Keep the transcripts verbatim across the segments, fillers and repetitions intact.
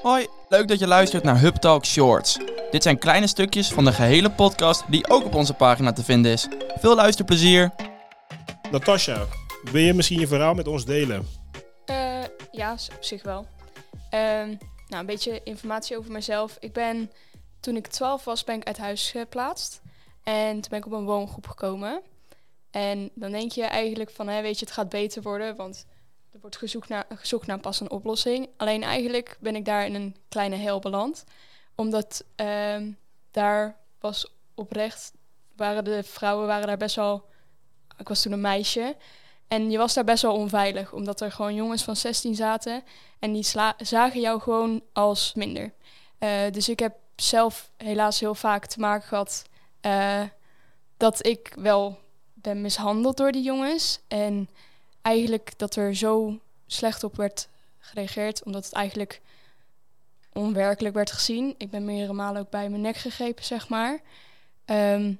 Hoi, leuk dat je luistert naar Hub Talk Shorts. Dit zijn kleine stukjes van de gehele podcast die ook op onze pagina te vinden is. Veel luisterplezier. Natasja, wil je misschien je verhaal met ons delen? Uh, ja, op zich wel. Uh, nou, een beetje informatie over mezelf. Ik ben, toen ik twaalf was, ben ik uit huis geplaatst. En toen ben ik op een woongroep gekomen. En dan denk je eigenlijk van, hè, weet je, het gaat beter worden, want er wordt gezocht naar, gezocht naar pas een oplossing. Alleen eigenlijk ben ik daar in een kleine hel beland. Omdat uh, daar was oprecht, waren de vrouwen waren daar best wel, ik was toen een meisje. En je was daar best wel onveilig, omdat er gewoon jongens van zestien zaten. En die sla- zagen jou gewoon als minder. Uh, dus ik heb zelf helaas heel vaak te maken gehad uh, dat ik wel ben mishandeld door die jongens. En eigenlijk dat er zo slecht op werd gereageerd, omdat het eigenlijk onwerkelijk werd gezien. Ik ben meerdere malen ook bij mijn nek gegrepen, zeg maar. Um,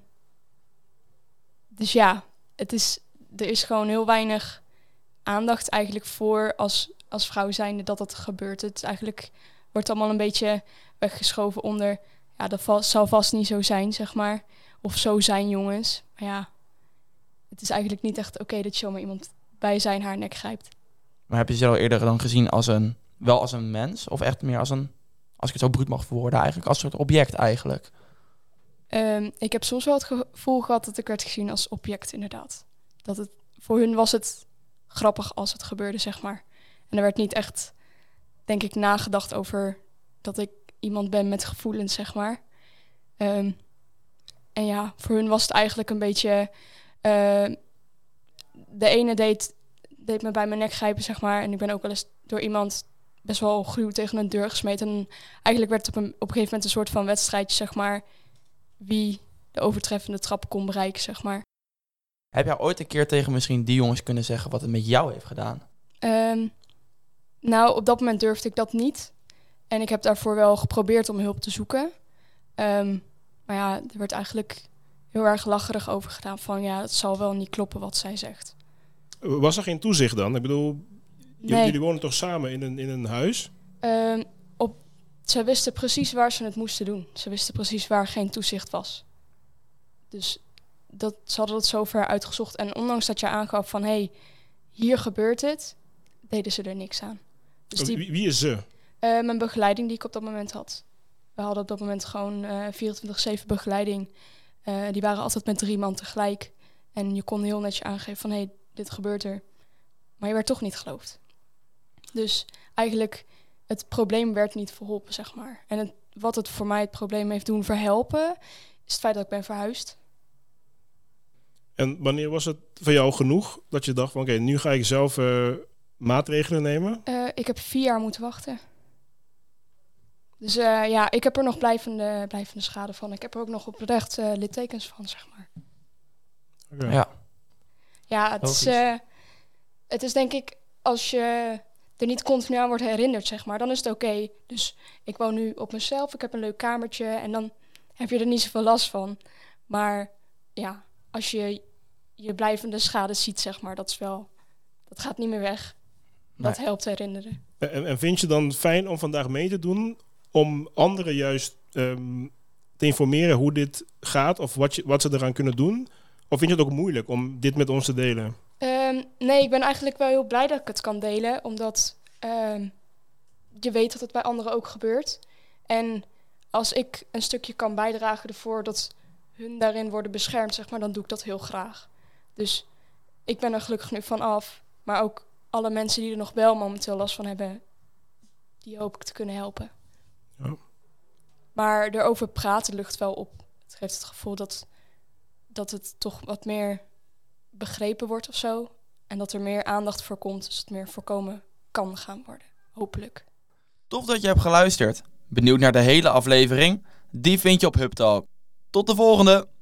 dus ja, het is, er is gewoon heel weinig aandacht eigenlijk voor als, als vrouw zijnde dat dat gebeurt. Het eigenlijk wordt allemaal een beetje weggeschoven onder, ja, dat va- zal vast niet zo zijn, zeg maar. Of zo zijn jongens. Maar ja, het is eigenlijk niet echt oké okay dat je zomaar iemand bij zijn haar nek grijpt. Maar heb je jezelf eerder dan gezien als een, wel als een mens? Of echt meer als een, als ik het zo bruut mag verwoorden, eigenlijk als een soort object eigenlijk? Um, ik heb soms wel het gevoel gehad dat ik werd gezien als object, inderdaad. Dat het, voor hun was het grappig als het gebeurde, zeg maar. En er werd niet echt, denk ik, nagedacht over dat ik iemand ben met gevoelens, zeg maar. Um, en ja, voor hun was het eigenlijk een beetje, Uh, de ene deed, deed me bij mijn nek grijpen, zeg maar. En ik ben ook wel eens door iemand best wel gruw tegen een deur gesmeten. En eigenlijk werd het op een, op een gegeven moment een soort van wedstrijdje, zeg maar, wie de overtreffende trap kon bereiken, zeg maar. Heb jij ooit een keer tegen misschien die jongens kunnen zeggen wat het met jou heeft gedaan? Um, nou, op dat moment durfde ik dat niet. En ik heb daarvoor wel geprobeerd om hulp te zoeken. Um, maar ja, er werd eigenlijk heel erg lacherig over gedaan van, ja, het zal wel niet kloppen wat zij zegt. Was er geen toezicht dan? Ik bedoel, j- nee. jullie wonen toch samen in een, in een huis? Um, op, ze wisten precies waar ze het moesten doen. Ze wisten precies waar geen toezicht was. Dus dat, ze hadden het zover uitgezocht. En ondanks dat je aangaf van, hé, hey, hier gebeurt het, deden ze er niks aan. Dus die, wie, wie is ze? Uh, mijn begeleiding die ik op dat moment had. We hadden op dat moment gewoon uh, vierentwintig zeven begeleiding. Uh, die waren altijd met drie man tegelijk. En je kon heel netjes aangeven van, hé, hey, dit gebeurt er. Maar je werd toch niet geloofd. Dus eigenlijk, het probleem werd niet verholpen, zeg maar. En het, wat het voor mij het probleem heeft doen verhelpen, is het feit dat ik ben verhuisd. En wanneer was het voor jou genoeg dat je dacht van, oké, okay, nu ga ik zelf uh, maatregelen nemen? Uh, ik heb vier jaar moeten wachten. Dus uh, ja, ik heb er nog blijvende, blijvende schade van. Ik heb er ook nog oprecht uh, littekens van, zeg maar. Okay. Ja. Ja, het is, uh, het is denk ik, als je er niet continu aan wordt herinnerd, zeg maar, dan is het oké. Okay. Dus ik woon nu op mezelf, ik heb een leuk kamertje en dan heb je er niet zoveel last van. Maar ja, als je je blijvende schade ziet, zeg maar, dat is wel, dat gaat niet meer weg. Dat nee. helpt herinneren. En, en vind je dan fijn om vandaag mee te doen, om anderen juist um, te informeren hoe dit gaat of wat, je, wat ze eraan kunnen doen? Of vind je het ook moeilijk om dit met ons te delen? Um, nee, ik ben eigenlijk wel heel blij dat ik het kan delen. Omdat um, je weet dat het bij anderen ook gebeurt. En als ik een stukje kan bijdragen ervoor dat hun daarin worden beschermd, zeg maar, dan doe ik dat heel graag. Dus ik ben er gelukkig nu van af. Maar ook alle mensen die er nog wel momenteel last van hebben, die hoop ik te kunnen helpen. Ja. Maar erover praten lucht wel op. Het geeft het gevoel dat, dat het toch wat meer begrepen wordt of zo. En dat er meer aandacht voor komt, dus het meer voorkomen kan gaan worden. Hopelijk. Tof dat je hebt geluisterd. Benieuwd naar de hele aflevering? Die vind je op Hub Talk. Tot de volgende!